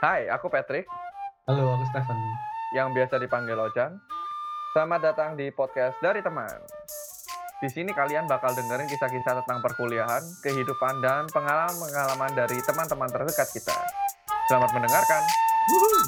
Hai, aku Patrick, Halo, aku Stefan. yang biasa dipanggil Ojan. Selamat datang di podcast dari teman. Di sini kalian bakal dengerin kisah-kisah tentang perkuliahan, kehidupan, dan pengalaman-pengalaman dari teman-teman terdekat kita. Selamat mendengarkan. Wuhu.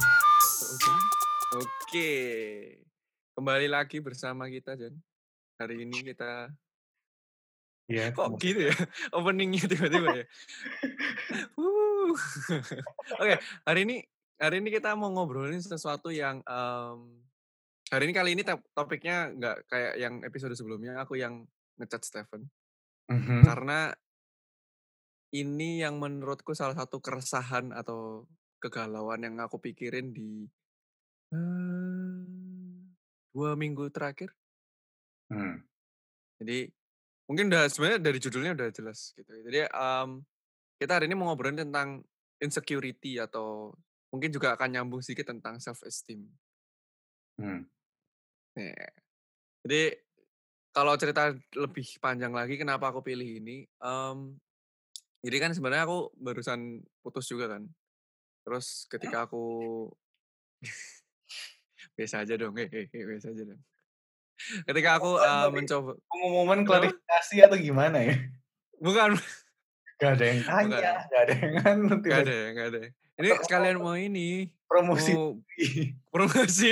Oke, kembali lagi bersama kita, Jan. Hari ini kita Iya, kok gitu ya openingnya tiba-tiba ya. Wuh. Oke, hari ini kita mau ngobrolin sesuatu yang kali ini topiknya nggak kayak yang episode sebelumnya. Aku yang ngechat Stephen Mhm. karena ini yang menurutku salah satu keresahan atau kegalauan yang aku pikirin di 2 minggu terakhir. Hmm. Jadi mungkin udah sebenarnya dari judulnya udah jelas gitu. Jadi kita hari ini mau ngobrolin tentang insecurity atau mungkin juga akan nyambung sedikit tentang self esteem. Hmm. Nih, jadi kalau cerita lebih panjang lagi kenapa aku pilih ini, jadi kan sebenarnya aku barusan putus juga kan. Terus ketika aku biasa aja dong, biasa aja dong. Ketika aku Pengumuman tadi, mencoba, pengumuman kenapa? klarifikasi atau gimana ya? Bukan, Gak ada yang tanya, bukan, gak ada yang anu nggak ada tiba-tiba. ya, nggak ada. Ya. Ini Atau kamu sekalian mau ini, promosi mau diri? promosi.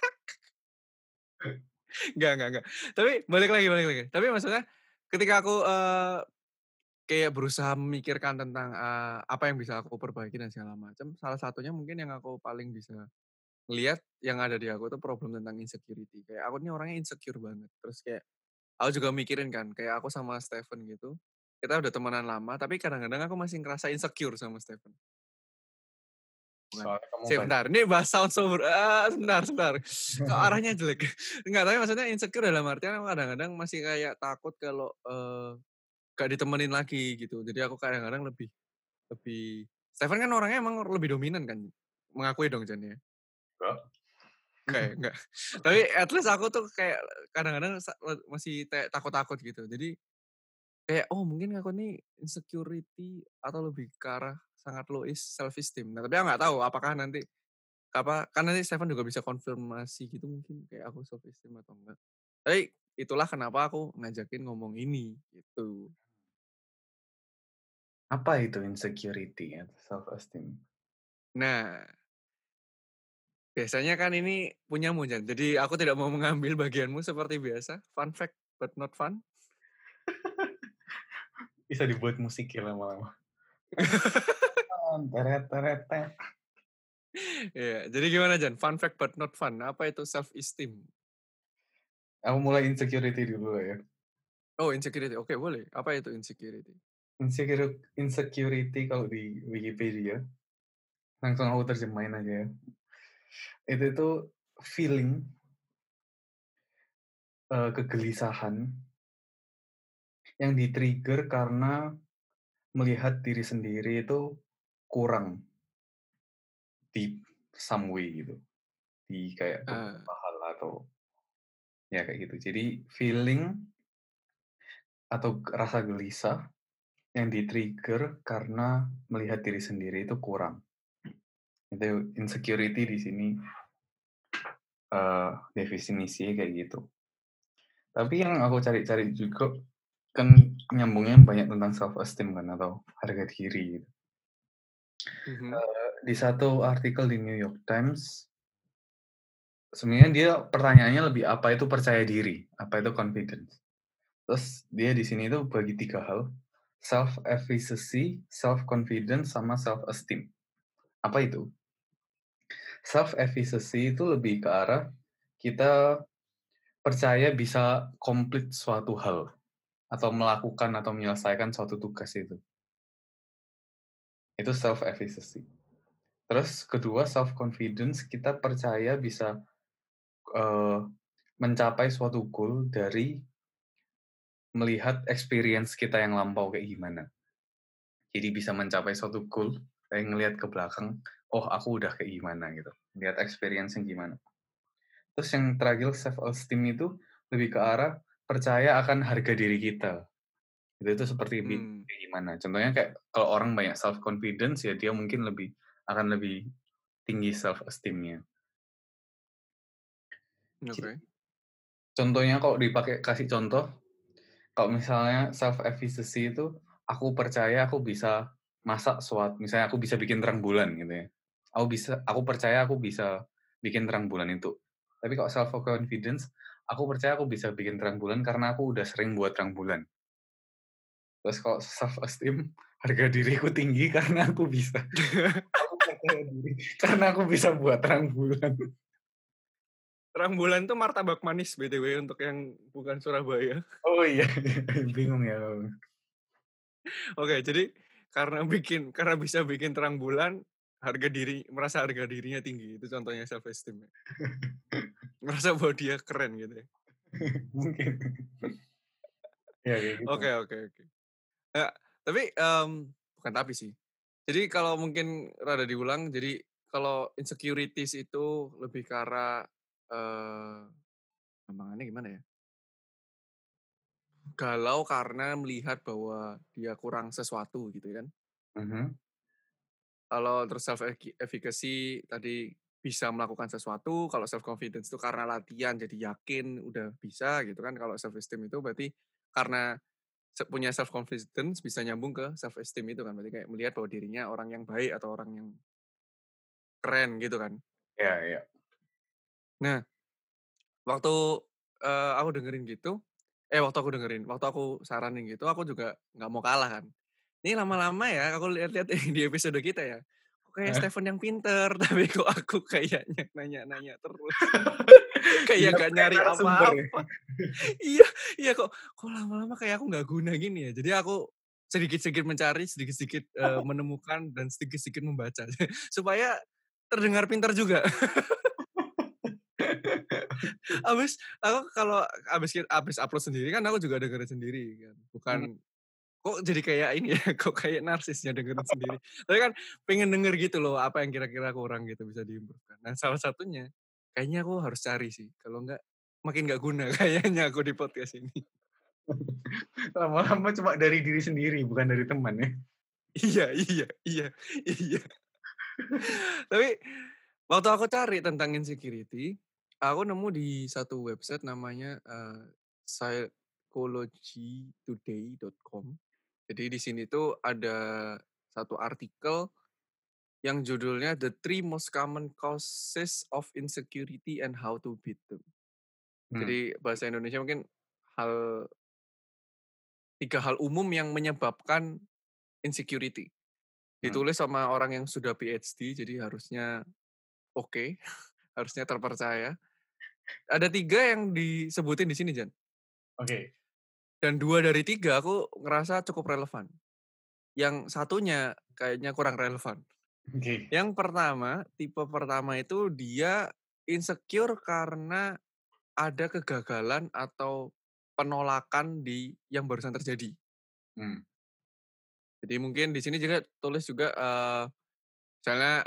Enggak. Tapi balik lagi. Tapi maksudnya ketika aku, kayak berusaha memikirkan tentang, apa yang bisa aku perbaiki dan segala macam, salah satunya mungkin yang aku paling bisa ngelihat yang ada di aku tuh problem tentang insecurity. Kayak aku nih orangnya insecure banget. Terus kayak aku juga mikirin kan, kayak aku sama Stephen gitu, kita udah temenan lama, tapi kadang-kadang aku masih ngerasa insecure sama Stephen. Bukan. Soalnya kamu banyak. Sebentar, ini bahas sound sober, sebentar. Kok arahnya jelek? Enggak, tapi maksudnya insecure dalam artian aku kadang-kadang masih kayak takut kalau, gak ditemenin lagi gitu. Jadi aku kadang-kadang lebih lebih Stefan kan orangnya emang lebih dominan kan? Mengakui dong Jan ya? Enggak. Tapi at least aku tuh kayak kadang-kadang masih kayak takut-takut gitu. Jadi kayak, oh mungkin aku nih insecurity atau lebih ke arah sangat low self esteem. Nah, tapi aku nggak tahu apakah nanti kan nanti Stefan juga bisa konfirmasi gitu mungkin kayak aku self esteem atau enggak. Tapi itulah kenapa aku ngajakin ngomong ini gitu. Apa itu insecurity atau self esteem? Nah, biasanya kan ini punyamu Jan. Jadi aku tidak mau mengambil bagianmu seperti biasa. Fun fact but not fun. Bisa dibuat musik ya lama-lama. Teret teret teret. Iya, jadi gimana Jan? Fun fact but not fun. Apa itu self esteem? Aku mulai insecurity dulu ya. Oh, insecurity. Oke, boleh. Apa itu insecurity? Insecurity kalau di Wikipedia, langsung aku terjemahin aja ya. Itu tuh feeling, kegelisahan yang di-trigger karena melihat diri sendiri itu kurang di some way gitu, di kayak Ah, beberapa hal atau ya kayak gitu. Jadi feeling atau rasa gelisah yang di-trigger karena melihat diri sendiri itu kurang. Itu insecurity di sini, definisinya kayak gitu. Tapi yang aku cari-cari juga kan nyambungnya banyak tentang self esteem kan atau harga diri gitu. mhm. Di satu artikel di New York Times, sebenarnya dia pertanyaannya lebih apa itu percaya diri, apa itu confidence. Terus dia di sini tuh bagi 3 hal, self efficacy, self confidence, sama self esteem. Apa itu? Self efficacy itu lebih ke arah kita percaya bisa komplit suatu hal atau melakukan atau menyelesaikan suatu tugas itu. Itu self efficacy. Terus kedua self confidence, kita percaya bisa uh, mencapai suatu goal dari melihat experience kita yang lampau kayak gimana. Jadi bisa mencapai suatu goal, kayak ngelihat ke belakang, oh aku udah kayak gimana gitu. Lihat experience yang gimana. Terus yang terakhir self esteem itu lebih ke arah percaya akan harga diri kita. Itu seperti Hmm. kayak gimana. Contohnya kayak kalau orang banyak self confidence ya dia mungkin akan lebih tinggi self esteem-nya. Jadi, Oke. contohnya kalau kasih contoh, kalau misalnya self efficacy itu aku percaya aku bisa masak misalnya aku bisa bikin terang bulan gitu ya. Aku percaya aku bisa bikin terang bulan itu. Tapi kalau self confidence, aku percaya aku bisa bikin terang bulan karena aku udah sering buat terang bulan. Terus kalau self esteem, harga diriku tinggi karena aku bisa. Aku percaya diri karena aku bisa buat terang bulan. Terang bulan tuh martabak manis BTW untuk yang bukan Surabaya. Oh iya, bingung ya. Oke, jadi karena bisa bikin terang bulan, merasa harga dirinya tinggi. Itu contohnya self esteem ya. Merasa bahwa dia keren gitu ya. Mungkin. Ya kayak gitu. Oke, oke, oke. Ya, tapi bukan tapi sih. Jadi kalau mungkin rada diulang, jadi kalau insecurities itu lebih ke arah gampangannya gimana ya? Galau karena melihat bahwa dia kurang sesuatu gitu kan. Mhm, Kalau terus self efficacy tadi bisa melakukan sesuatu, kalau self confidence itu karena latihan jadi yakin udah bisa gitu kan. Kalau self esteem itu berarti karena punya self confidence bisa nyambung ke self esteem itu kan. Berarti kayak melihat bahwa dirinya orang yang baik atau orang yang keren gitu kan. iya iya. Nah, waktu aku dengerin gitu, waktu aku saranin gitu, aku juga nggak mau kalah kan. Ini lama-lama ya, aku lihat-lihat di episode kita ya, kok kayak Heeh. Stefan yang pinter, tapi kok aku kayaknya nanya-nanya terus. Biar Kayak gak kayak nyari narasumber ya. apa-apa. Iya, iya kok lama-lama kayak aku nggak guna gini ya. Jadi aku sedikit-sedikit mencari, sedikit-sedikit menemukan dan sedikit-sedikit membaca supaya terdengar pintar juga. Aku kalau abis upload sendiri kan aku juga dengerin sendiri kan. Bukan Mhm. kok jadi kayak ini ya, kok kayak narsisnya dengerin sendiri. Tapi kan pengen denger gitu loh apa yang kira-kira kurang gitu bisa diimprove. Nah salah satunya kayaknya aku harus cari sih. Kalau enggak makin nggak guna kayaknya aku di podcast ini. Lama-lama cuma dari diri sendiri, bukan dari teman ya. Iya, iya, iya, iya. Tapi waktu aku cari tentang insecurity, aku nemu di satu website namanya psychologytoday.com. Jadi di sini tuh ada satu artikel yang judulnya The Three Most Common Causes of Insecurity and How to Beat Them. Hmm, Jadi bahasa Indonesia mungkin hal 3 hal umum yang menyebabkan insecurity. hmm. Ditulis sama orang yang sudah PhD, jadi harusnya oke, harusnya terpercaya. Ada 3 yang disebutin di sini, Jan. Oke, Dan 2 dari 3 aku ngerasa cukup relevan. Yang satunya kayaknya kurang relevan. oke. Yang pertama, tipe pertama itu dia insecure karena ada kegagalan atau penolakan yang barusan terjadi. Hmm, Jadi mungkin di sini juga tulis juga, misalnya,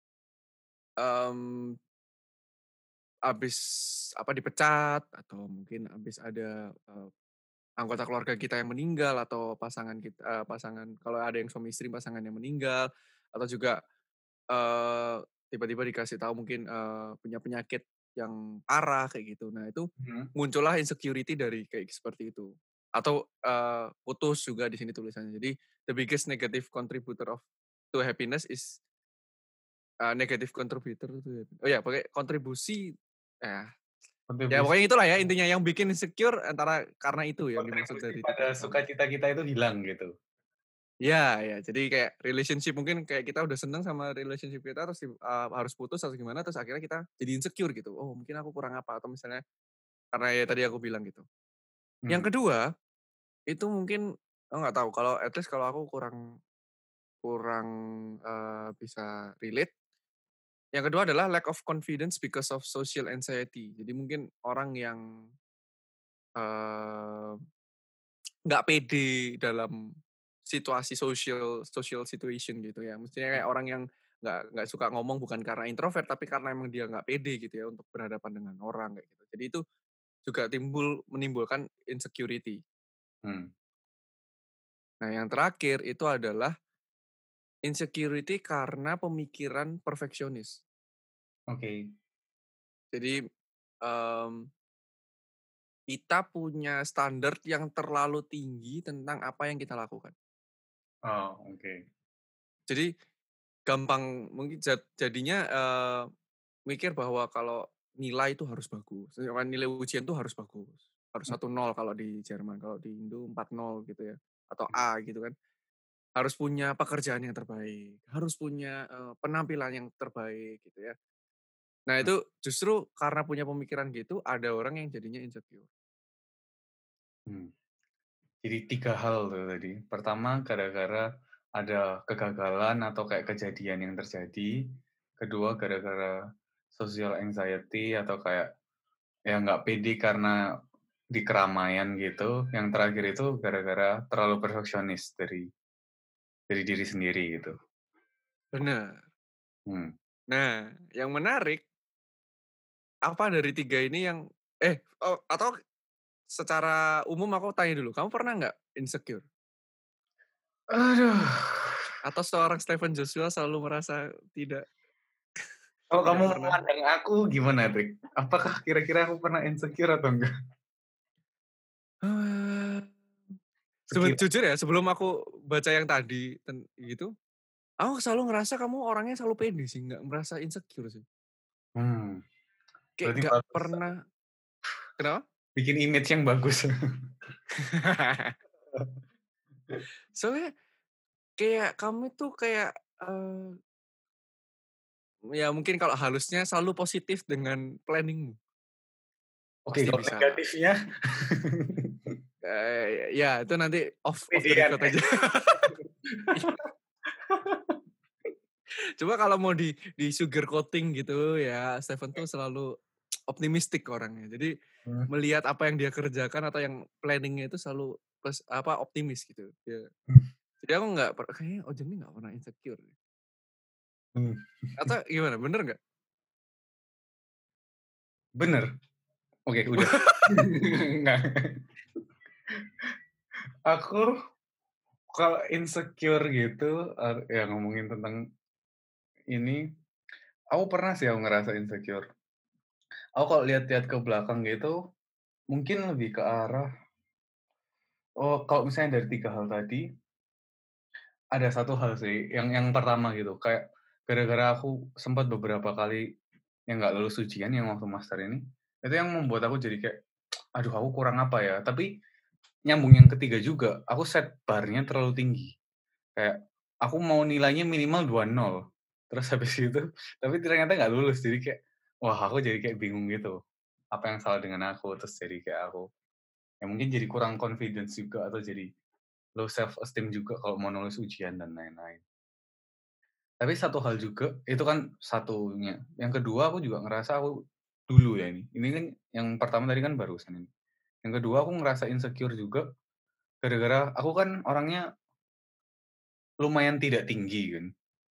mmm, habis dipecat atau mungkin habis ada, anggota keluarga kita yang meninggal atau pasangan kalau ada yang suami istri pasangan yang meninggal atau juga, eee, tiba-tiba dikasih tahu mungkin, punya penyakit yang parah kayak gitu. Nah itu mhm, muncullah insecurity dari kayak seperti itu. Atau, putus juga di sini tulisannya. Jadi the biggest negative contributor to happiness is, negative contributor to oh ya pokoknya kontribusi ya ya kontribusi pokoknya itulah ya intinya yang bikin insecure karena itu yang dimaksud kontribusi dari tipe pada pertama. sukacita kita itu hilang gitu. Ya, ya. Jadi kayak relationship mungkin kayak kita udah seneng sama relationship kita terus harus putus atau gimana terus akhirnya kita jadi insecure gitu. Oh, mungkin aku kurang apa atau misalnya karena ya tadi aku bilang gitu. Hmm, Yang kedua, itu mungkin aku nggak tahu kalau at least kalau aku kurang kurang bisa relate. Yang kedua adalah lack of confidence because of social anxiety. Jadi mungkin orang yang eee, nggak pede dalam situasi social situation gitu ya. Mestinya kayak orang yang nggak suka ngomong bukan karena introvert, tapi karena emang dia nggak pede gitu ya untuk berhadapan dengan orang kayak gitu. Jadi itu juga menimbulkan insecurity. hmm. Nah yang terakhir itu adalah insecurity karena pemikiran perfeksionis. Oke. Jadi, mmm, kita punya standar yang terlalu tinggi tentang apa yang kita lakukan. Oh, oke. Jadi gampang mungkin jadinya, mikir bahwa kalau nilai itu harus bagus, misalkan nilai ujian tuh harus bagus, harus Mmm, 1,0 kalau di Jerman, kalau di Indo 4,0 gitu ya, atau A gitu kan. Harus punya pekerjaan yang terbaik, harus punya, penampilan yang terbaik gitu ya. Nah mhm, itu justru karena punya pemikiran gitu, ada orang yang jadinya insecure. hmm. Jadi 3 hal tuh tadi. Pertama, gara-gara ada kegagalan atau kayak kejadian yang terjadi. Kedua, gara-gara social anxiety atau kayak ya nggak pede karena di keramaian gitu. Yang terakhir itu gara-gara terlalu perfeksionis dari diri sendiri gitu. Benar. Hmm. Nah, yang menarik, apa dari 3 ini yang atau secara umum aku tanya dulu, kamu pernah nggak insecure? Aduh. Atau seorang Stephen Joshua selalu merasa tidak Kalau kamu tidak pernah? memandang aku gimana, Trik? Apakah kira-kira aku pernah insecure atau enggak? Eee, Sekilas. jujur ya, sebelum aku baca yang tadi gitu, aku selalu ngerasa kamu orangnya selalu pede sih, nggak merasa insecure sih. Hmm, Kayak berarti nggak bagus. pernah kenapa? Bikin image yang bagus. Soalnya kayak kamu tuh kayak, ya mungkin kalau halusnya selalu positif dengan planning-mu. Oke, Pasti kalau bisa lah. negatifnya Ya itu nanti off the pedean. record aja. Coba kalau mau di sugar coating gitu ya, Stephen tuh selalu optimistik orangnya. Jadi Hmm, melihat apa yang dia kerjakan atau yang planning-nya itu selalu optimis gitu. Ya. Jadi aku nggak kayaknya Ojan ini nggak pernah insecure. hmm. Atau gimana, bener nggak? Bener. Oke, udah. Nggak. Aku kalau insecure gitu, ya ngomongin tentang ini, aku pernah sih aku ngerasa insecure. Aku kalau lihat-lihat ke belakang gitu, mungkin lebih ke arah, oh kalau misalnya dari 3 hal tadi, ada satu hal sih, yang pertama gitu, kayak gara-gara aku sempat beberapa kali yang nggak lulus ujian yang waktu master ini, itu yang membuat aku jadi kayak, "Aduh aku kurang apa ya?" Tapi nyambung yang ketiga juga, aku set bar-nya terlalu tinggi. Kayak aku mau nilainya minimal 2,0, terus habis itu tapi ternyata nggak lulus, jadi kayak, wah aku jadi kayak bingung gitu, apa yang salah dengan aku? Terus jadi kayak aku, ya mungkin jadi kurang confidence juga atau jadi low self esteem juga kalau mau nulis ujian dan lain-lain. Tapi satu hal juga, itu kan satunya. Yang kedua aku juga ngerasa aku dulu ya ini kan yang pertama tadi kan barusan ini. Yang kedua aku ngerasa insecure juga gara-gara aku kan orangnya lumayan tidak tinggi kan.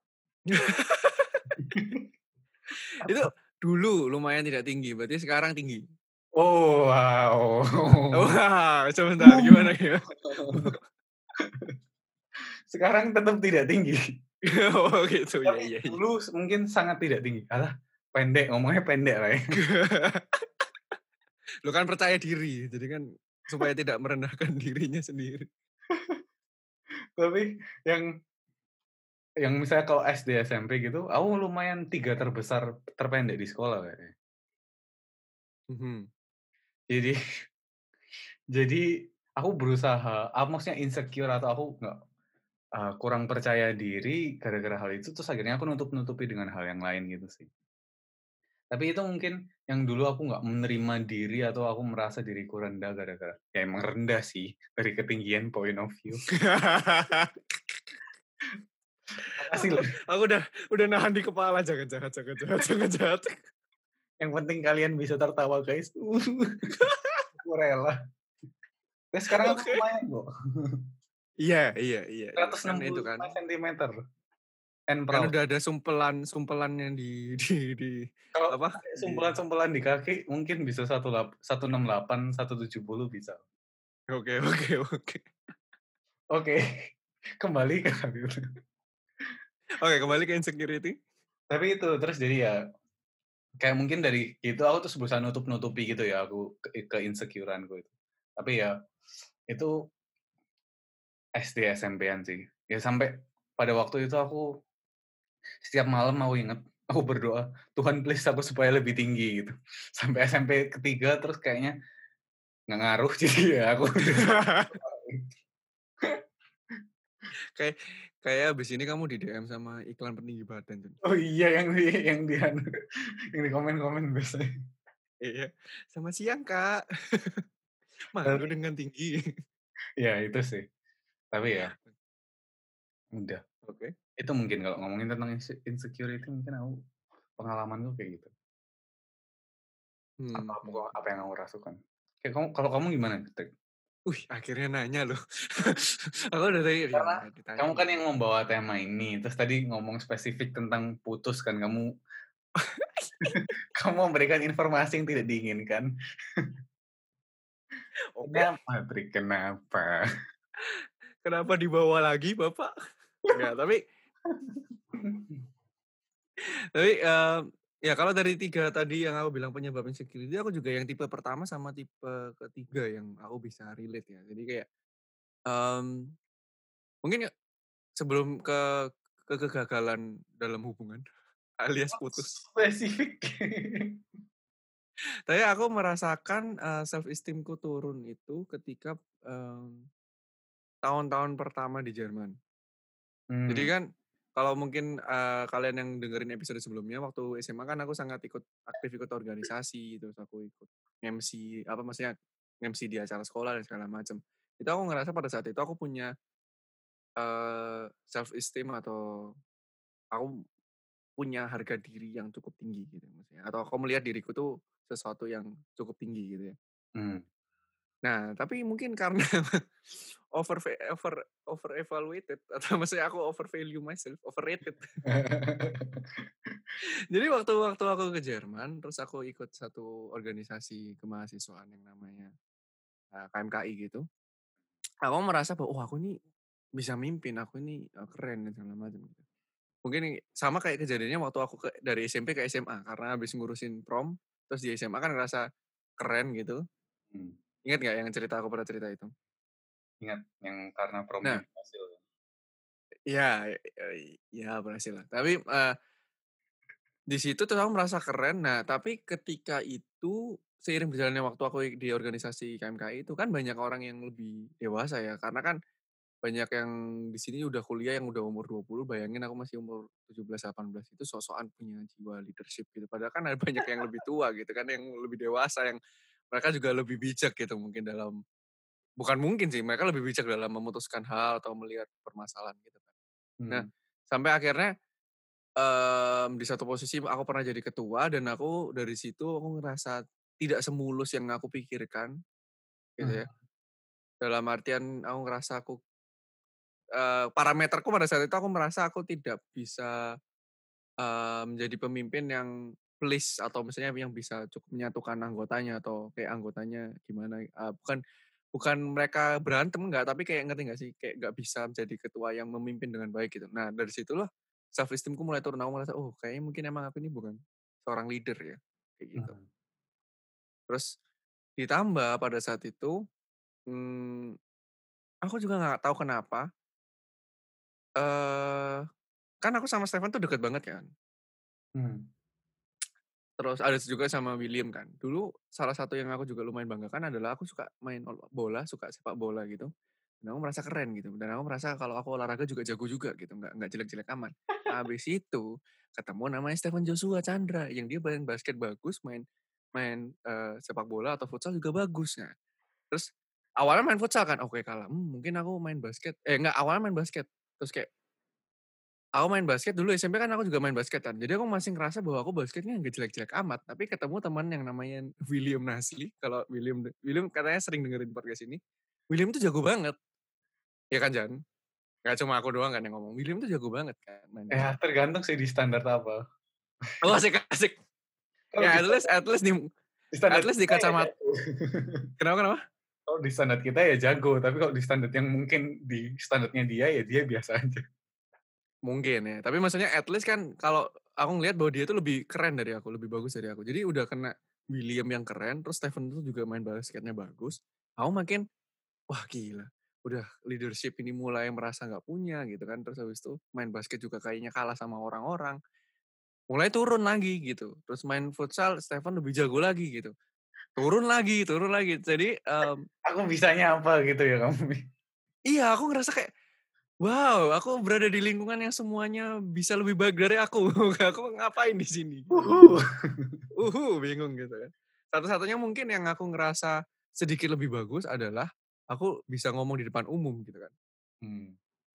Itu dulu lumayan tidak tinggi, berarti sekarang tinggi? Oh, wow. Wah, sebentar gimana gimana? Sekarang tetap tidak tinggi, Oh gitu, ya tapi iya iya. dulu mungkin sangat tidak tinggi. Alah, pendek, ngomongnya pendek lah ya. Lu kan percaya diri, jadi kan supaya tidak merendahkan dirinya sendiri. Tapi yang misalnya kalau SD, SMP gitu, aku lumayan 3 terbesar terpendek di sekolah kayaknya. Mhm. Jadi jadi aku berusaha, maksudnya insecure atau aku nggak, kurang percaya diri gara-gara hal itu, terus akhirnya aku nutup-nutupi dengan hal yang lain gitu sih. Tapi itu mungkin yang dulu aku nggak menerima diri atau aku merasa diriku rendah gara-gara ya emang rendah sih dari ketinggian point of view. Makasih Aku loh, aku udah nahan di kepala, jangan jahat jangan jahat jangan jahat. yang penting kalian bisa tertawa guys. Aku rela. Ya sekarang aku Oke. lumayan kok, Iya iya iya iya, kan itu kan. 165 sentimeter and Kan proud. udah ada sumpelannya di Kalau apa, pakai di sumpelan-sumpelan di kaki mungkin bisa 168, 170 bisa. oke oke oke. Oke, kembali ke hal itu. Oke, kembali ke insecurity. Tapi itu, terus jadi ya kayak mungkin dari itu aku tuh berusaha nutupi gitu ya, aku ke insecure-anku itu. Tapi ya, itu SD, SMP-an sih. Ya sampai pada waktu itu aku setiap malam aku inget, aku berdoa, "Tuhan please aku supaya lebih tinggi," gitu. Sampai SMP ketiga terus kayaknya nggak ngaruh jadi ya aku udah Kayak kayak abis ini kamu di DM sama iklan peninggi badan, Jon. oh iya yang di anu, yang di komen-komen biasanya. Iya. "Selamat siang, Kak. Malu Tapi dengan tinggi." ya itu sih. Tapi ya udah. Oke. Itu mungkin kalau ngomongin tentang insecurity mungkin aku pengalamanku kayak gitu. Hmm, hmm. Apa yang aku rasakan. Kayak kalau kamu gimana, Tek? Wih, akhirnya nanya loh. Aku udah tadi, ya Karena nggak ditanya kamu kan gimana. yang membawa tema ini, terus tadi ngomong spesifik tentang putus kan, kamu kamu memberikan informasi yang tidak diinginkan. Oke, Kenapa, Trik? Kenapa? kenapa dibawa lagi, Bapak? Enggak, ya kalau dari 3 tadi yang aku bilang penyebab insecurity, aku juga yang tipe pertama sama tipe ketiga yang aku bisa relate ya. Jadi kayak, mmm, mungkin ya sebelum ke kegagalan dalam hubungan alias putus. Spesifik. Tapi aku merasakan, self esteem-ku turun itu ketika, tahun-tahun pertama di Jerman. Jadi Mmm, kan kalau mungkin, kalian yang dengerin episode sebelumnya waktu SMA kan aku sangat aktif ikut organisasi, terus aku ikut MC, apa maksudnya MC di acara sekolah dan segala macam. Itu aku ngerasa pada saat itu aku punya, self esteem atau aku punya harga diri yang cukup tinggi gitu maksudnya, atau aku melihat diriku tuh sesuatu yang cukup tinggi gitu ya. mmm. Nah, tapi mungkin karena over evaluated atau maksudnya aku over value myself, overrated. Jadi waktu aku ke Jerman, terus aku ikut satu organisasi kemahasiswaan yang namanya, KMKI gitu. Aku merasa bahwa, "Oh, aku ini bisa mimpin, aku ini, keren," dan segala macam gitu. Mungkin sama kayak kejadiannya waktu aku dari SMP ke SMA, karena habis ngurusin prom, terus di SMA kan ngerasa keren gitu. Mmm, Ingat nggak yang cerita aku pernah cerita itu? ingat yang karena promnya Nah, berhasil. iya, iya berhasil lah. Tapi, di situ tuh aku merasa keren. Nah, tapi ketika itu seiring berjalannya waktu aku di organisasi KMKI itu kan banyak orang yang lebih dewasa ya, karena kan banyak yang di sini udah kuliah yang udah umur 20, bayangin aku masih umur 17, 18 itu sok-sokan punya jiwa leadership gitu. Padahal kan ada banyak yang lebih tua gitu kan, yang lebih dewasa, yang mereka juga lebih bijak gitu mungkin dalam bukan mungkin sih, mereka lebih bijak dalam memutuskan hal atau melihat permasalahan gitu kan. Nah, Mmm, sampai akhirnya di satu posisi aku pernah jadi ketua dan aku dari situ aku ngerasa tidak semulus yang aku pikirkan gitu ya. mhm, Dalam artian aku ngerasa parameterku pada saat itu aku merasa aku tidak bisa, menjadi pemimpin yang please atau misalnya yang bisa cukup menyatukan anggotanya atau kayak anggotanya gimana, bukan bukan mereka berantem enggak, tapi kayak ngerti nggak sih, kayak nggak bisa menjadi ketua yang memimpin dengan baik gitu. Nah dari situlah self esteem-ku mulai turun, aku merasa, "Oh kayaknya mungkin emang aku ini bukan seorang leader ya," kayak gitu. mhm, Terus ditambah pada saat itu, mmm, aku juga nggak tahu kenapa, eee, kan aku sama Stefan tuh deket banget kan. mmm, Terus ada juga sama William kan. Dulu salah satu yang aku juga lumayan banggakan adalah aku suka main bola, suka sepak bola gitu. Dan aku merasa keren gitu. Dan aku merasa kalau aku olahraga juga jago juga gitu, nggak jelek-jelek amat. Habis itu ketemu namanya Stefan Joshua Chandra yang dia main basket bagus, main main sepak bola atau futsal juga bagus. Nah, terus awalnya main futsal kan, oke kalah. Mungkin aku main basket. Enggak, awalnya main basket. Terus kayak aku main basket dulu SMP kan aku juga main basket kan. Jadi aku masih ngerasa bahwa aku basketnya nggak jelek-jelek amat. Tapi ketemu teman yang namanya William Nasli. Kalau William katanya sering dengerin podcast ini. William tuh jago banget. Ya kan Jan? Gak cuma aku doang kan yang ngomong. William tuh jago banget kan main ya basket. tergantung sih di standar apa. Oh asik asik. Kalau Ya di standar di at standar least di kita ya kacamata. jago. Kenapa kenapa? Kalau di standar kita ya jago, tapi kalau di standar yang mungkin di standarnya dia, ya dia biasa aja. Mungkin ya. Tapi maksudnya at least kan kalau aku ngelihat bahwa dia tuh lebih keren dari aku, lebih bagus dari aku. Jadi udah kena William yang keren, terus Stephen tuh juga main basketnya bagus. Aku makin, wah gila, udah leadership ini mulai merasa nggak punya gitu kan. Terus habis itu main basket juga kayaknya kalah sama orang-orang. Mulai turun lagi gitu. Terus main futsal, Stephen lebih jago lagi gitu. Turun lagi, turun lagi. Jadi Aku bisanya apa gitu ya kamu? iya aku ngerasa kayak, wow, aku berada di lingkungan yang semuanya bisa lebih baik dari aku. Aku ngapain di sini? Bingung gitu kan. Satu-satunya mungkin yang aku ngerasa sedikit lebih bagus adalah aku bisa ngomong di depan umum gitu kan. Hmm.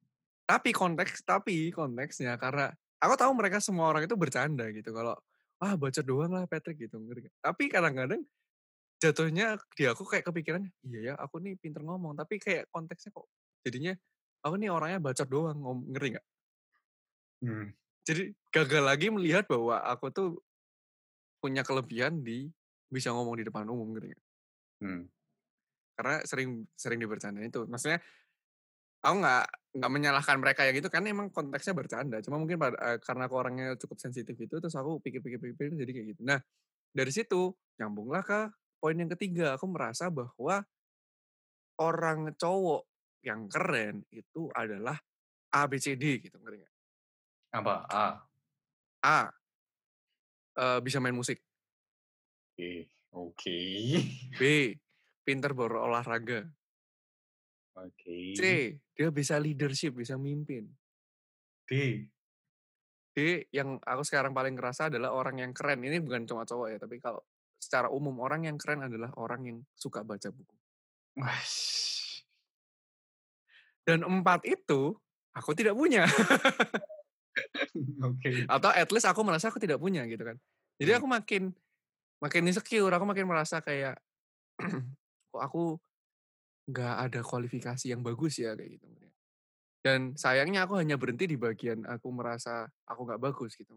Tapi konteksnya karena aku tahu mereka semua orang itu bercanda gitu kalau bacot doang lah Patrick gitu. Ngerti nggak? Tapi kadang-kadang jatuhnya di aku kayak kepikiran, iya ya aku nih pinter ngomong tapi kayak konteksnya kok jadinya aku nih orangnya bacot doang, ngerti nggak? Hmm. Jadi gagal lagi melihat bahwa aku tuh punya kelebihan di bisa ngomong di depan umum gitu. Hmm. Karena sering sering dibercandain itu. Maksudnya aku nggak menyalahkan mereka yang itu kan emang konteksnya bercanda. Cuma mungkin karena aku orangnya cukup sensitif itu terus aku pikir-pikir jadi kayak gitu. Nah, dari situ nyambunglah ke poin yang ketiga. Aku merasa bahwa orang cowok yang keren itu adalah A, B, C, D gitu, ngerti nggak? Apa? A. A, bisa main musik. Oke. Oke. B, pinter berolahraga. Oke. C, dia bisa leadership, bisa mimpin. D. D, yang aku sekarang paling ngerasa adalah orang yang keren. Ini bukan cuma cowok ya, tapi kalau secara umum orang yang keren adalah orang yang suka baca buku. Wash. Dan 4 itu aku tidak punya. Oke. Atau at least aku merasa aku tidak punya gitu kan. Jadi Hmm. aku makin makin insecure, aku makin merasa kayak kok aku nggak ada kualifikasi yang bagus ya kayak gitu. Dan sayangnya aku hanya berhenti di bagian aku merasa aku nggak bagus gitu,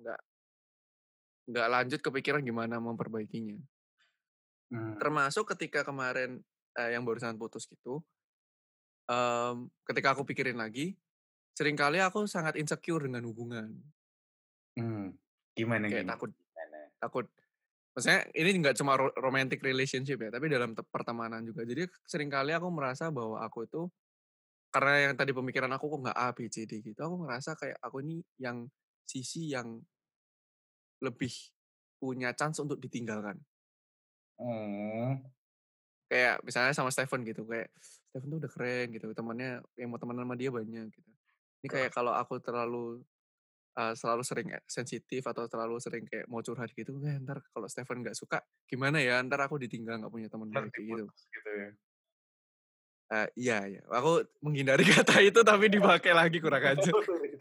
nggak lanjut kepikiran gimana memperbaikinya. Hmm. Termasuk ketika kemarin yang barusan putus gitu, ketika aku pikirin lagi, seringkali aku sangat insecure dengan hubungan. Hmm. Gimana Kayak gimana? takut Gimana? takut maksudnya ini nggak cuma romantic relationship ya, tapi dalam pertemanan juga. Jadi seringkali aku merasa bahwa aku itu karena yang tadi pemikiran aku kok nggak A, B, C, D gitu, aku ngerasa kayak aku ini yang sisi yang lebih punya chance untuk ditinggalkan. Oh. Kayak misalnya sama Stephen gitu, kayak Stephen tuh udah keren gitu, temannya yang mau temenan sama dia banyak gitu. Ini kayak kalau aku selalu sering sensitif atau terlalu sering kayak mau curhat gitu, entar kalau Stephen nggak suka gimana ya, entar aku ditinggal nggak punya teman baik Nanti kayak gitu. putus gitu ya. Iya iya, aku menghindari kata itu tapi dipakai lagi kurang ajar.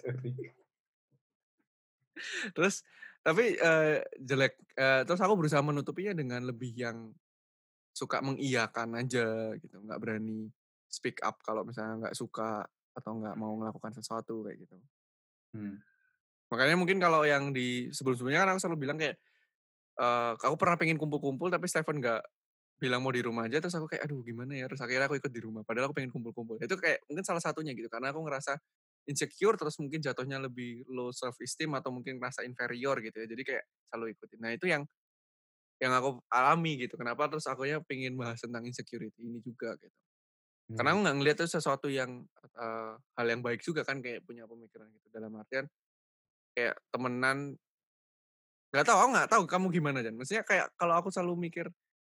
Terus tapi, terus aku berusaha menutupinya dengan lebih yang suka mengiyakan aja gitu, nggak berani speak up kalau misalnya nggak suka atau nggak mau melakukan sesuatu kayak gitu. Hmm. Makanya mungkin kalau yang di sebelum-sebelumnya kan aku selalu bilang kayak, aku pernah pengen kumpul-kumpul tapi Stephen nggak bilang mau di rumah aja, terus aku kayak, "Aduh gimana ya?" Terus akhirnya aku ikut di rumah, padahal aku pengen kumpul-kumpul. Itu kayak mungkin salah satunya gitu, karena aku ngerasa insecure terus mungkin jatuhnya lebih low self esteem atau mungkin ngerasa inferior gitu ya, jadi kayak selalu ikutin. Nah itu yang aku alami gitu, kenapa terus akunya pengen bahas tentang insecurity ini juga gitu. Karena Hmm. aku nggak ngelihat itu sesuatu yang, hal yang baik juga kan kayak punya pemikiran gitu, dalam artian kayak temenan aku nggak tahu kamu gimana Jan? Maksudnya kayak kalau aku selalu mikir,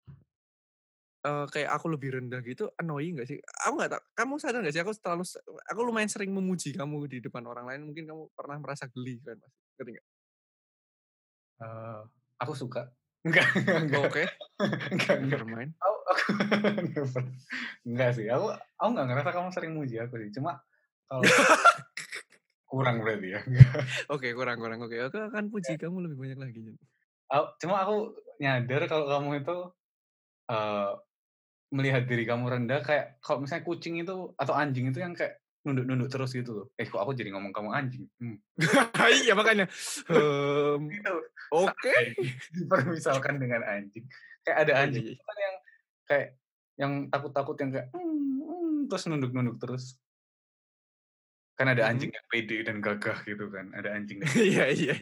kayak aku lebih rendah gitu annoying nggak sih? Aku nggak tahu, kamu sadar nggak sih aku lumayan sering memuji kamu di depan orang lain, mungkin kamu pernah merasa geli kan pasti, ngerti nggak? Eh, aku suka. Enggak, enggak. Oke, Enggak. never mind. Aku enggak sih. Aku enggak ngerasa kamu sering muji aku sih. Cuma kalau kurang berarti ya. Oke, kurang kurang, oke. Aku akan puji kamu lebih banyak lagi Jan. Cuma aku nyadar kalau kamu itu eh, melihat diri kamu rendah kayak kalau misalnya kucing itu atau anjing itu yang kayak nunduk-nunduk terus gitu loh. Kok aku jadi ngomong kamu anjing? Iya makanya, Itu oke. sama dipermisalkan dengan anjing. Kayak ada Oh, iya anjing iya. itu kan yang kayak yang takut-takut yang kayak terus nunduk-nunduk terus. Kan ada Mhm. anjing yang pede dan gagah gitu kan, ada anjing yang Iya iya.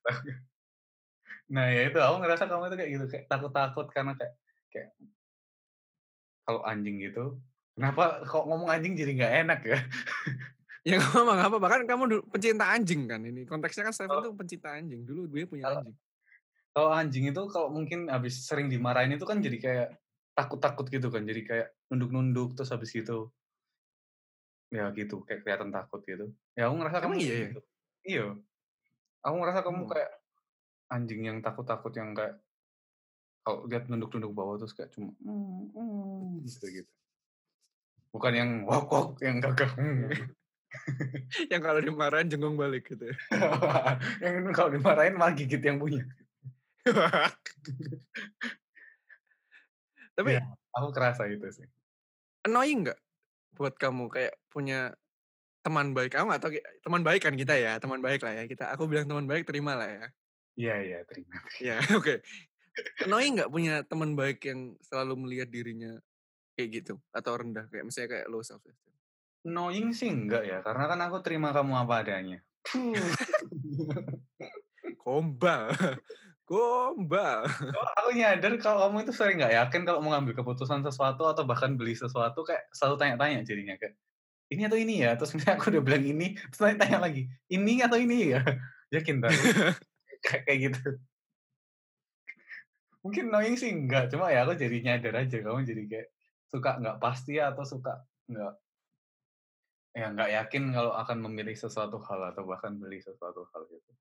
nah ya itu aku ngerasa kamu itu kayak gitu, kayak takut-takut karena kayak kayak kalau anjing gitu, kenapa kok ngomong anjing jadi nggak enak ya? Ya nggak apa-apa, kan kamu pencinta anjing kan ini, konteksnya kan Stefan Kalau tuh pencinta anjing, dulu dia punya kalau anjing. kalau anjing itu kalau mungkin habis sering dimarahin itu kan jadi kayak takut-takut gitu kan, jadi kayak nunduk-nunduk terus habis gitu, ya gitu kayak kelihatan takut gitu. Ya aku ngerasa kamu Emang iya kayak ya? gitu. Iya, aku ngerasa kamu Oh. kayak anjing yang takut-takut yang kayak kalau lihat nunduk-nunduk bawah terus kayak cuma, gitu gitu. Bukan yang wok wok yang gagah, Yang kalau dimarahin jengong balik gitu ya? yang kalau dimarahin malah gigit yang punya. Tapi Iya, aku kerasa itu sih. annoying nggak buat kamu kayak punya teman baik? Aku nggak tahu teman baik kan kita ya, teman baik lah ya kita. Aku bilang teman baik terima lah ya. Iya iya, terima. Ya oke. Annoying nggak punya teman baik yang selalu melihat dirinya kayak gitu atau rendah kayak misalnya kayak low self esteem? Annoying sih enggak ya, karena kan aku terima kamu apa adanya. Gombal, gombal. Oh, aku nyadar kalau kamu itu sering nggak yakin kalau mau ngambil keputusan sesuatu atau bahkan beli sesuatu kayak selalu tanya-tanya jadinya kayak, "Ini atau ini ya?" Terus misalnya aku udah bilang ini, terus nanti tanya lagi, "Ini atau ini ya?" Yakin ntar? Kayak gitu. Mungkin annoying sih enggak, cuma ya aku jadi nyadar aja kamu jadi kayak suka nggak pasti atau suka nggak ya nggak yakin kalau akan memilih sesuatu hal atau bahkan beli sesuatu hal gitu.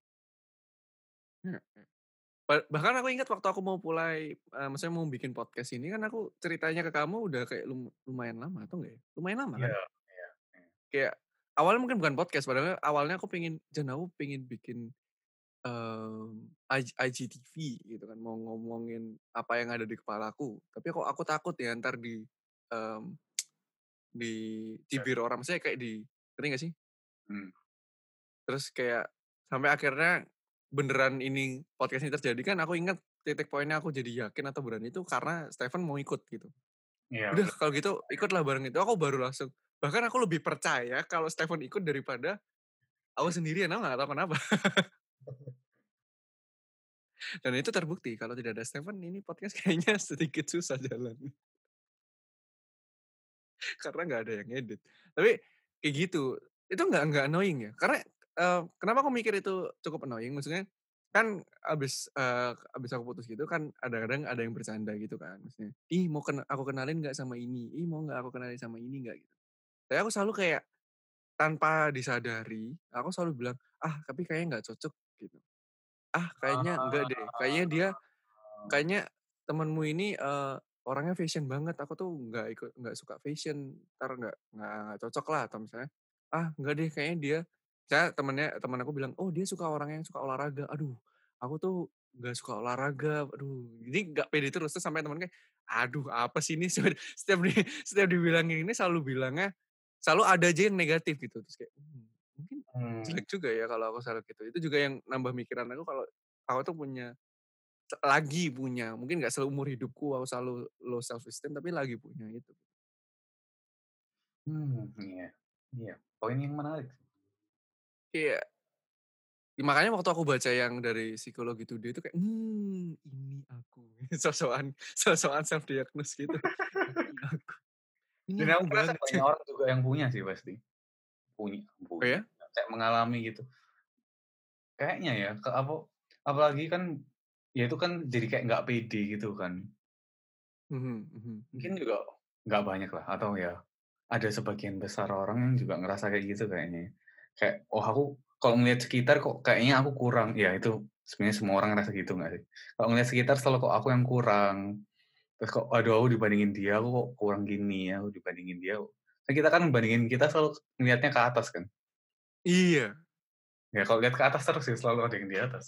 Bahkan aku ingat waktu aku mau mulai, maksudnya mau bikin podcast ini kan aku ceritanya ke kamu udah kayak lumayan lama atau enggak ya? Lumayan lama Iya kan? iya iya. Kayak awalnya mungkin bukan podcast, padahal awalnya aku aku pengen bikin, IGTV gitu kan, mau ngomongin apa yang ada di kepalaku. Tapi kok aku takut ya entar mmm, dicibir orang, maksudnya kayak ngerti nggak sih? Mmm, Terus kayak sampai akhirnya beneran ini podcast ini terjadi kan aku ingat titik poinnya aku jadi yakin atau berani itu karena Stefan mau ikut gitu. iya Udah bener. kalau gitu ikutlah bareng itu, aku baru langsung bahkan aku lebih percaya kalau Stefan ikut daripada aku sendirian, aku nggak tahu kenapa. Dan itu terbukti kalau tidak ada Stefan ini podcast kayaknya sedikit susah jalan karena nggak ada yang ngedit. Tapi kayak gitu, itu nggak annoying ya? Karena, kenapa aku mikir itu cukup annoying, maksudnya kan abis aku putus gitu kan kadang-kadang ada yang bercanda gitu kan, maksudnya, "Ih mau aku kenalin nggak sama ini? Ih mau nggak aku kenalin sama ini nggak?" Gitu. Tapi aku selalu kayak tanpa disadari, aku selalu bilang, "Ah tapi kayaknya nggak cocok," gitu. "Ah kayaknya enggak deh, kayaknya temenmu ini, orangnya fashion banget, aku tuh nggak suka fashion, entar nggak cocok lah," atau misalnya, "Ah enggak deh kayaknya dia," misalnya temen aku bilang, "Oh dia suka orang yang suka olahraga," aduh aku tuh nggak suka olahraga, aduh jadi nggak pede terus, terus sampai temen kayak, "Aduh apa sih ini," setiap setiap dibilangin ini selalu ada aja yang negatif gitu, terus kayak, mungkin Mmm, jelek juga ya kalau aku selalu gitu, itu juga yang nambah mikiran aku kalau aku tuh lagi punya, mungkin nggak seumur hidupku aku selalu low self esteem, tapi lagi punya itu. iya iya, poin yang menarik sih. Iya, makanya waktu aku baca yang dari psikologi today itu kayak, ini aku. So-soan self diagnose gitu. Ini aku, ini Dan aku aku rasa banget. banyak orang juga yang punya sih pasti, punya Oh punya, ya? kayak mengalami gitu. Kayaknya ya, apalagi kan, ya itu kan jadi kayak nggak pede gitu kan. Mhm mhm Mungkin mhm. juga nggak banyak lah, atau ya ada sebagian besar orang yang juga ngerasa kayak gitu kayaknya. Kayak, "Oh aku kalau ngelihat sekitar kok kayaknya aku kurang." Ya itu sebenarnya semua orang ngerasa gitu nggak sih? Kalau ngelihat sekitar selalu kok aku yang kurang, terus kok, "Aduh aku dibandingin dia aku kok kurang gini ya, aku dibandingin dia." Kan kita kan bandingin kita selalu ngelihatnya ke atas kan. Iya, Ya kalau lihat ke atas terus sih selalu ada yang di atas.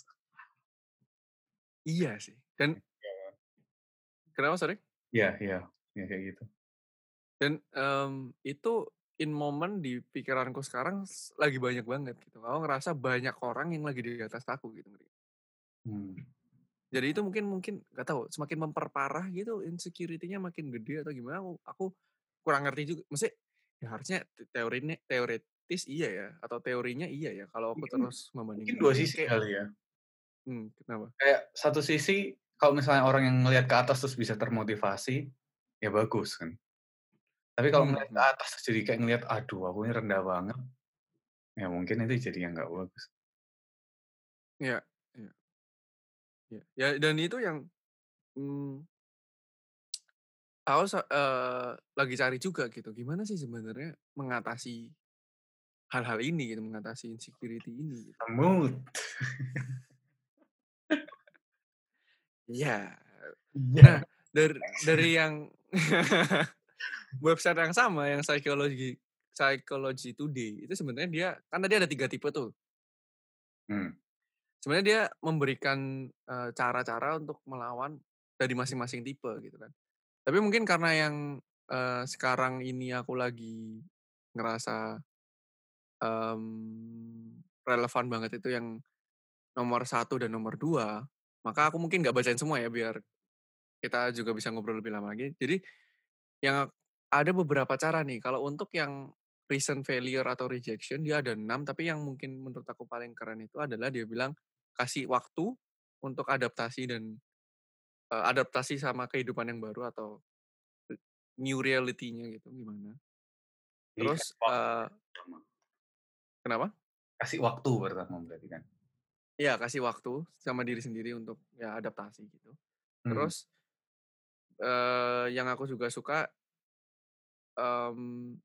iya sih. Dan kenapa sorry? Iya iya, ya kayak gitu. Dan, itu in moment di pikiranku sekarang lagi banyak banget gitu. Aku ngerasa banyak orang yang lagi di atas aku gitu, ngerti. Mmm, Jadi itu mungkin mungkin nggak tahu semakin memperparah gitu insecurity-nya makin gede atau gimana aku kurang ngerti juga. Maksudnya ya harusnya teoritis iya ya, atau teorinya iya ya, kalau aku Mungkin terus mungkin membandingkan. 2 Tapi sisi kayak kali ya. kenapa? Kayak satu sisi kalau misalnya orang yang ngelihat ke atas terus bisa termotivasi, ya bagus kan. Tapi kalau Mhm ngelihat ke mhm. atas terus jadi kayak ngelihat, "Aduh aku ini rendah banget," ya mungkin itu jadi yang nggak bagus. Iya iya iya. Ya dan itu yang, mmm, aku lagi cari juga gitu, gimana sih sebenarnya mengatasi hal-hal ini gitu, mengatasi insecurity ini gitu. Semut. Iya. Nah, Iya. dari yang website yang sama, yang Psychology Today, itu sebenarnya dia kan tadi ada 3 tipe tuh. Hmm, Sebenarnya dia memberikan, cara-cara untuk melawan dari masing-masing tipe gitu kan. Tapi mungkin karena yang, sekarang ini aku lagi ngerasa, relevan banget itu yang nomor 1 dan nomor 2, maka aku mungkin nggak bacain semua ya biar kita juga bisa ngobrol lebih lama lagi. Jadi yang ada beberapa cara nih, kalau untuk yang recent failure atau rejection dia ada 6, tapi yang mungkin menurut aku paling keren itu adalah dia bilang, kasih waktu untuk adaptasi dan, adaptasi sama kehidupan yang baru atau new reality-nya gitu gimana. jadi Terus, kasih waktu pertama. kenapa? Kasih waktu pertama berarti kan? Iya kasih waktu sama diri sendiri untuk ya adaptasi gitu. Hmm, Terus, yang aku juga suka, mmm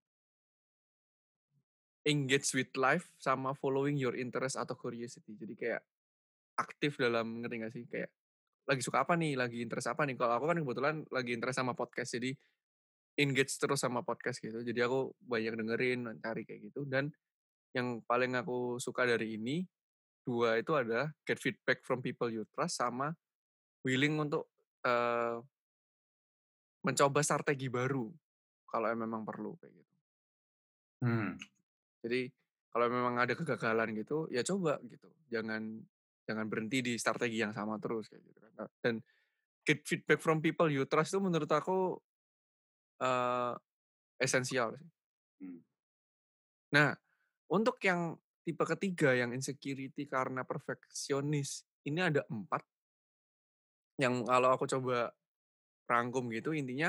engage with life sama following your interest atau curiosity. Jadi kayak aktif dalam ngerti nggak sih? Kayak lagi suka apa nih, lagi interest apa nih. Kalau aku kan kebetulan lagi interest sama podcast, jadi engage terus sama podcast gitu. Jadi aku banyak dengerin, cari kayak gitu. Dan yang paling aku suka dari ini, dua itu ada get feedback from people you trust sama willing untuk eh, mencoba strategi baru kalau memang perlu kayak gitu. hmm. Jadi kalau memang ada kegagalan gitu, ya coba gitu. Jangan jangan berhenti di strategi yang sama terus kayak gitu kan. Dan get feedback from people you trust itu menurut aku eee, esensial sih. Hmm. Nah, untuk yang tipe ketiga yang insecurity karena perfeksionis, ini ada 4 yang kalau aku coba rangkum gitu intinya,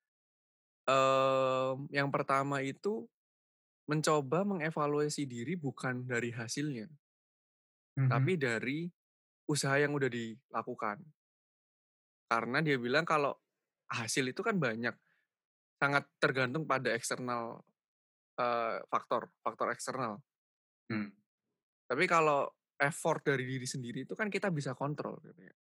yang pertama itu mencoba mengevaluasi diri bukan dari hasilnya, Mhm, tapi dari usaha yang udah dilakukan. Karena dia bilang kalau hasil itu kan banyak, sangat tergantung pada eksternal, faktor eksternal. hmm. Tapi kalau effort dari diri sendiri itu kan kita bisa kontrol gitu ya.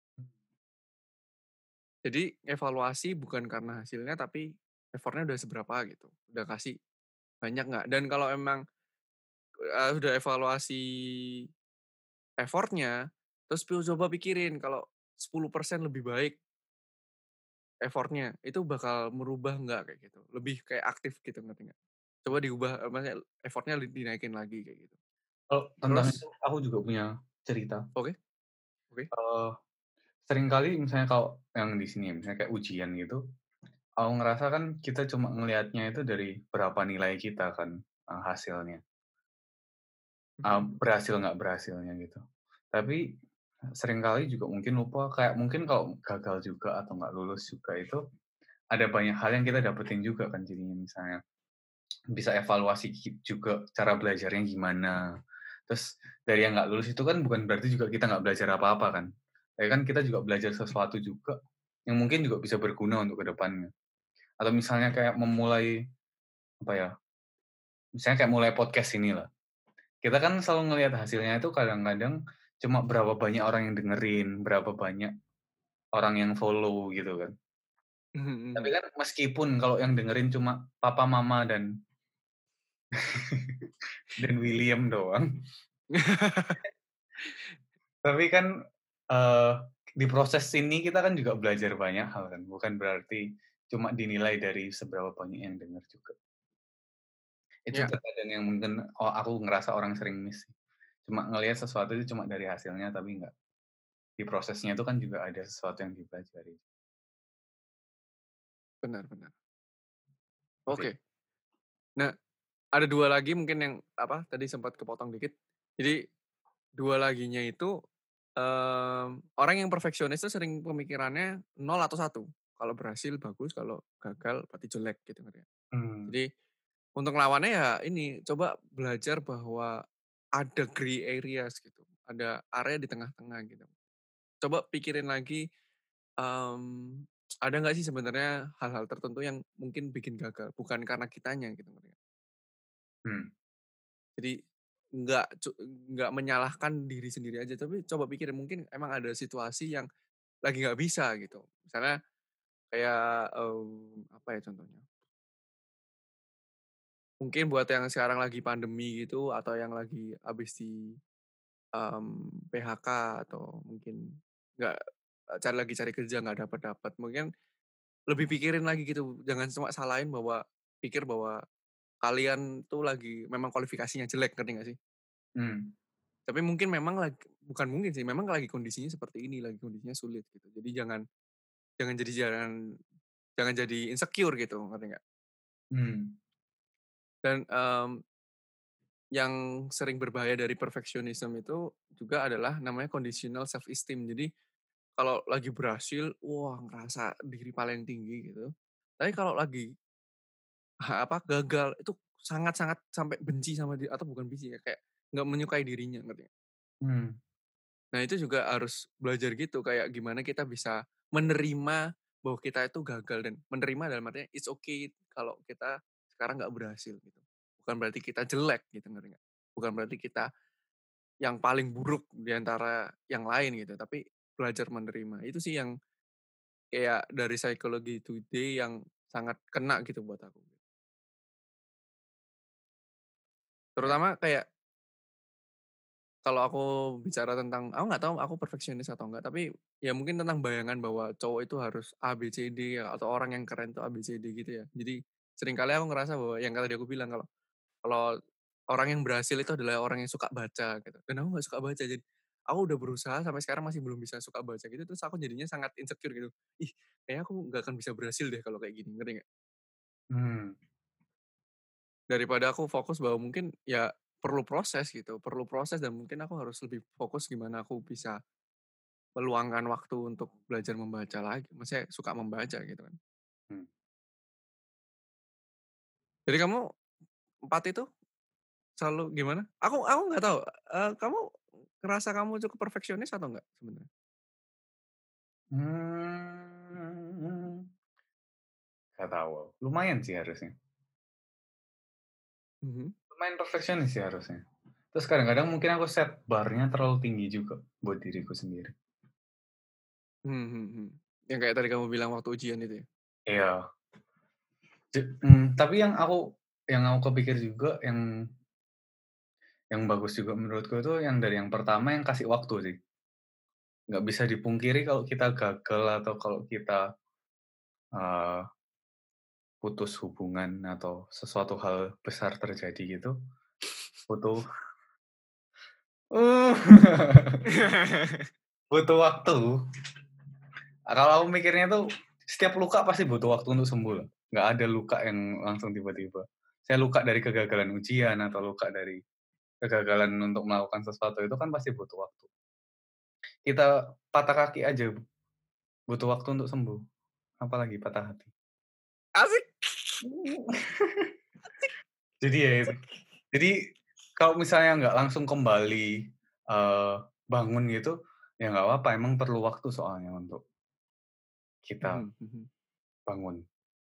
Jadi evaluasi bukan karena hasilnya tapi effortnya udah seberapa gitu, udah kasih banyak nggak. Dan kalau emang, udah evaluasi effortnya, terus coba pikirin kalau 10% lebih baik effortnya itu bakal merubah nggak kayak gitu, lebih kayak aktif gitu ngerti nggak? Coba diubah, maksudnya effort-nya dinaikin lagi kayak gitu. Kalau tentang Terus itu aku juga punya cerita. oke oke. Eee, Seringkali misalnya kalau yang di sini, misalnya kayak ujian gitu, aku ngerasa kan kita cuma ngelihatnya itu dari berapa nilai kita kan, hasilnya, Mhm. berhasil nggak berhasilnya gitu. Tapi seringkali juga mungkin lupa kayak mungkin kalau gagal juga atau nggak lulus juga itu ada banyak hal yang kita dapetin juga kan jadinya misalnya. Bisa evaluasi juga cara belajarnya gimana. Terus dari yang nggak lulus itu kan bukan berarti juga kita nggak belajar apa-apa kan. Tapi kan kita juga belajar sesuatu juga yang mungkin juga bisa berguna untuk ke depannya. Atau misalnya kayak memulai, apa ya, misalnya kayak mulai podcast ini lah. Kita kan selalu ngelihat hasilnya itu kadang-kadang cuma berapa banyak orang yang dengerin, berapa banyak orang yang follow gitu kan. Mhm Tapi mhm. kan meskipun kalau yang dengerin cuma papa, mama, dan William doang. Tapi kan, eee, di proses ini kita kan juga belajar banyak hal kan, bukan berarti cuma dinilai dari seberapa banyak yang dengar juga. Itu Ya, terkadang yang mungkin, oh aku ngerasa orang sering miss sih. Cuma ngelihat sesuatu itu cuma dari hasilnya, tapi nggak di prosesnya itu kan juga ada sesuatu yang dipelajari. benar benar. Itu ya. Oke. Nah, ada 2 lagi mungkin yang, apa, tadi sempat kepotong dikit. Jadi 2 laginya itu, orang yang perfeksionis itu sering pemikirannya nol atau satu. Kalau berhasil bagus, kalau gagal berarti jelek gitu ngerti nggak? Mmm, Jadi untuk ngelawannya ya ini, coba belajar bahwa ada gray areas gitu, ada area di tengah-tengah gitu. Coba pikirin lagi, mmm, ada nggak sih sebenarnya hal-hal tertentu yang mungkin bikin gagal, bukan karena kitanya gitu ngerti nggak? hmm, Jadi nggak cu nggak menyalahkan diri sendiri aja, tapi coba pikirin mungkin emang ada situasi yang lagi nggak bisa gitu. Misalnya kayak, apa ya contohnya, mungkin buat yang sekarang lagi pandemi gitu atau yang lagi habis di, PHK atau mungkin nggak cari kerja nggak dapat-dapat, mungkin lebih pikirin lagi gitu, jangan cuma salahin bahwa pikir bahwa kalian tuh lagi memang kualifikasinya jelek, ngerti nggak sih? mmm, Tapi mungkin memang bukan mungkin sih, memang lagi kondisinya seperti ini, lagi kondisinya sulit gitu. Jadi jangan jangan jadi insecure gitu, ngerti nggak? mmm, Dan, yang sering berbahaya dari perfectionism itu juga adalah namanya conditional self esteem. Jadi kalau lagi berhasil, wah ngerasa diri paling tinggi gitu. Tapi kalau lagi gagal itu sangat-sangat sampai benci sama diri atau bukan benci ya, kayak nggak menyukai dirinya, ngerti nggak? mmm, Nah, itu juga harus belajar gitu, kayak gimana kita bisa menerima bahwa kita itu gagal dan menerima dalam artinya it's okay kalau kita sekarang nggak berhasil gitu. Bukan berarti kita jelek gitu, ngerti nggak? Bukan berarti kita yang paling buruk di antara yang lain gitu, tapi belajar menerima. Itu sih yang kayak dari Psychology Today yang sangat kena gitu buat aku. ya, Terutama kayak kalau aku bicara tentang aku nggak tahu aku perfeksionis atau enggak, tapi ya mungkin tentang bayangan bahwa cowok itu harus A, B, C, D ya, atau orang yang keren itu A, B, C, D gitu ya. Jadi seringkali aku ngerasa bahwa yang tadi aku bilang kalau kalau orang yang berhasil itu adalah orang yang suka baca gitu, dan aku nggak suka baca. Jadi aku udah berusaha sampai sekarang masih belum bisa suka baca gitu, terus aku jadinya sangat insecure gitu. Ih, kayaknya aku nggak akan bisa berhasil deh kalau kayak gini, ngerti nggak? mmm, Daripada aku fokus bahwa mungkin ya perlu proses gitu, perlu proses dan mungkin aku harus lebih fokus gimana aku bisa meluangkan waktu untuk belajar membaca lagi, maksudnya suka membaca gitu kan. mmm, Jadi kamu 4 itu selalu gimana? Aku nggak tahu, kamu ngerasa kamu cukup perfeksionis atau enggak sebenarnya? mmm, nggak tahu, lumayan sih harusnya. Mhm. Lumayan perfeksionis sih harusnya. Terus kadang-kadang mungkin aku set bar-nya terlalu tinggi juga buat diriku sendiri. Mhm mhm mhm. Yang kayak tadi kamu bilang waktu ujian itu ya? Iya, tapi yang aku kepikir juga yang bagus juga menurutku itu yang dari yang pertama yang kasih waktu sih. Nggak bisa dipungkiri kalau kita gagal atau kalau kita, eee, putus hubungan atau sesuatu hal besar terjadi gitu, butuh butuh waktu. Kalau aku mikirnya tuh, setiap luka pasti butuh waktu untuk sembuh loh. Nggak ada luka yang langsung tiba-tiba. Saya luka dari kegagalan ujian atau luka dari kegagalan untuk melakukan sesuatu itu kan pasti butuh waktu. Kita patah kaki aja butuh waktu untuk sembuh, apalagi patah hati. Asik Jadi ya itu. asik. Jadi kalau misalnya nggak langsung kembali, bangun gitu, ya nggak apa-apa, emang perlu waktu soalnya untuk kita Mhm mhm. bangun.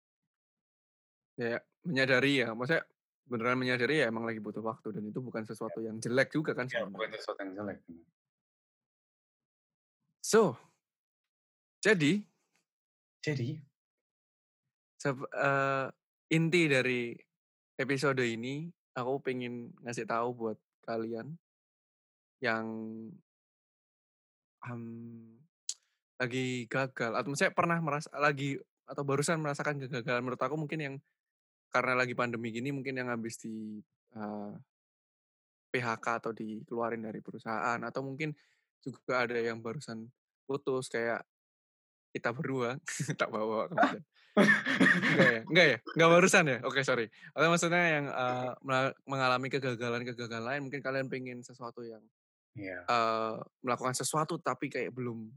Ya menyadari ya, maksudnya beneran menyadari ya emang lagi butuh waktu dan itu bukan sesuatu yang jelek juga kan Ya bukan sebenarnya. sesuatu yang jelek. So, jadi Jadi inti dari episode ini, aku pengen ngasih tahu buat kalian yang, mmm, lagi gagal atau misalnya pernah merasa lagi atau barusan merasakan kegagalan menurut aku mungkin yang karena lagi pandemi gini mungkin yang habis di, PHK atau dikeluarin dari perusahaan atau mungkin juga ada yang barusan putus kayak kita berdua tak bawa ke meja. Enggak ya? Enggak barusan ya? Oke, sorry. Atau maksudnya yang mengalami kegagalan-kegagalan lain, mungkin kalian pengen sesuatu yang Iya. melakukan sesuatu tapi kayak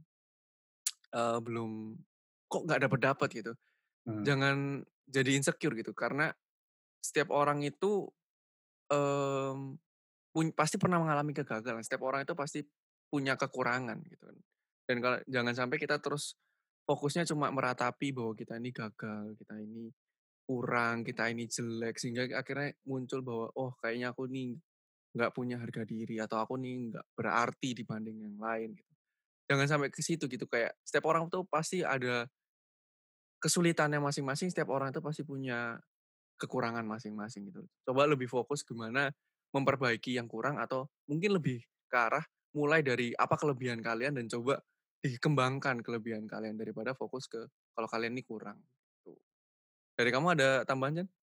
belum kok nggak dapet gitu. Hmm. Jangan jadi insecure gitu, karena setiap orang itu pasti pernah mengalami kegagalan. Setiap orang itu pasti punya kekurangan gitu kan. Dan kalau jangan sampai kita terus fokusnya cuma meratapi bahwa kita ini gagal, kita ini kurang, kita ini jelek, sehingga akhirnya muncul bahwa oh kayaknya aku nih nggak punya harga diri atau aku nih nggak berarti dibanding yang lain gitu. Jangan sampai ke situ gitu, kayak setiap orang tuh pasti ada kesulitannya masing-masing, setiap orang itu pasti punya kekurangan masing-masing gitu. Coba lebih fokus gimana memperbaiki yang kurang atau mungkin lebih ke arah mulai dari apa kelebihan kalian dan coba dikembangkan kelebihan kalian daripada fokus ke kalau kalian ini kurang. Gitu. Dari kamu ada tambahan, Jan?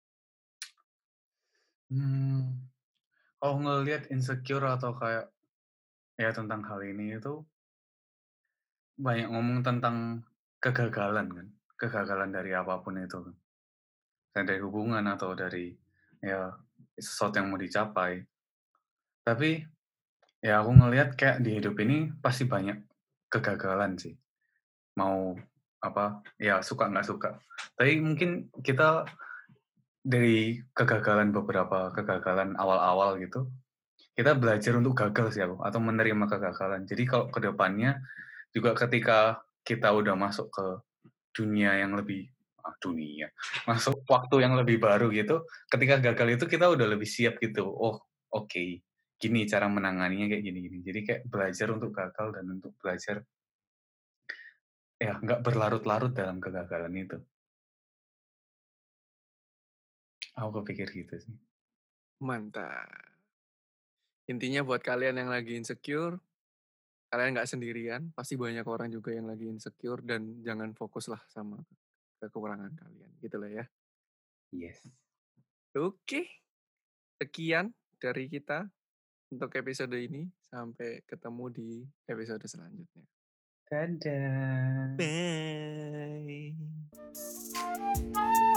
Kalau ngelihat insecure atau kayak ya tentang hal ini itu banyak ngomong tentang kegagalan kan, kegagalan dari apapun itu kan. Dari hubungan atau dari ya sesuatu yang mau dicapai. Tapi ya aku ngelihat kayak di hidup ini pasti banyak kegagalan sih. Mau apa, ya suka nggak suka. Tapi mungkin kita dari beberapa kegagalan awal-awal gitu, kita belajar untuk gagal sih aku, atau menerima kegagalan. Jadi kalau ke depannya juga ketika kita udah masuk ke dunia yang lebih masuk waktu yang lebih baru gitu, ketika gagal itu kita udah lebih siap gitu. Oh, oke, gini cara menanganinya kayak gini-gini. Jadi kayak belajar untuk gagal dan untuk belajar ya nggak berlarut-larut dalam kegagalan itu. Aku kepikir gitu sih. Mantap. Intinya buat kalian yang lagi insecure, kalian nggak sendirian. Pasti banyak orang juga yang lagi insecure dan jangan fokuslah sama kekurangan kalian. Gitu lah ya. Yes. Oke, sekian dari kita untuk episode ini. Sampai ketemu di episode selanjutnya. Dadah. Bye.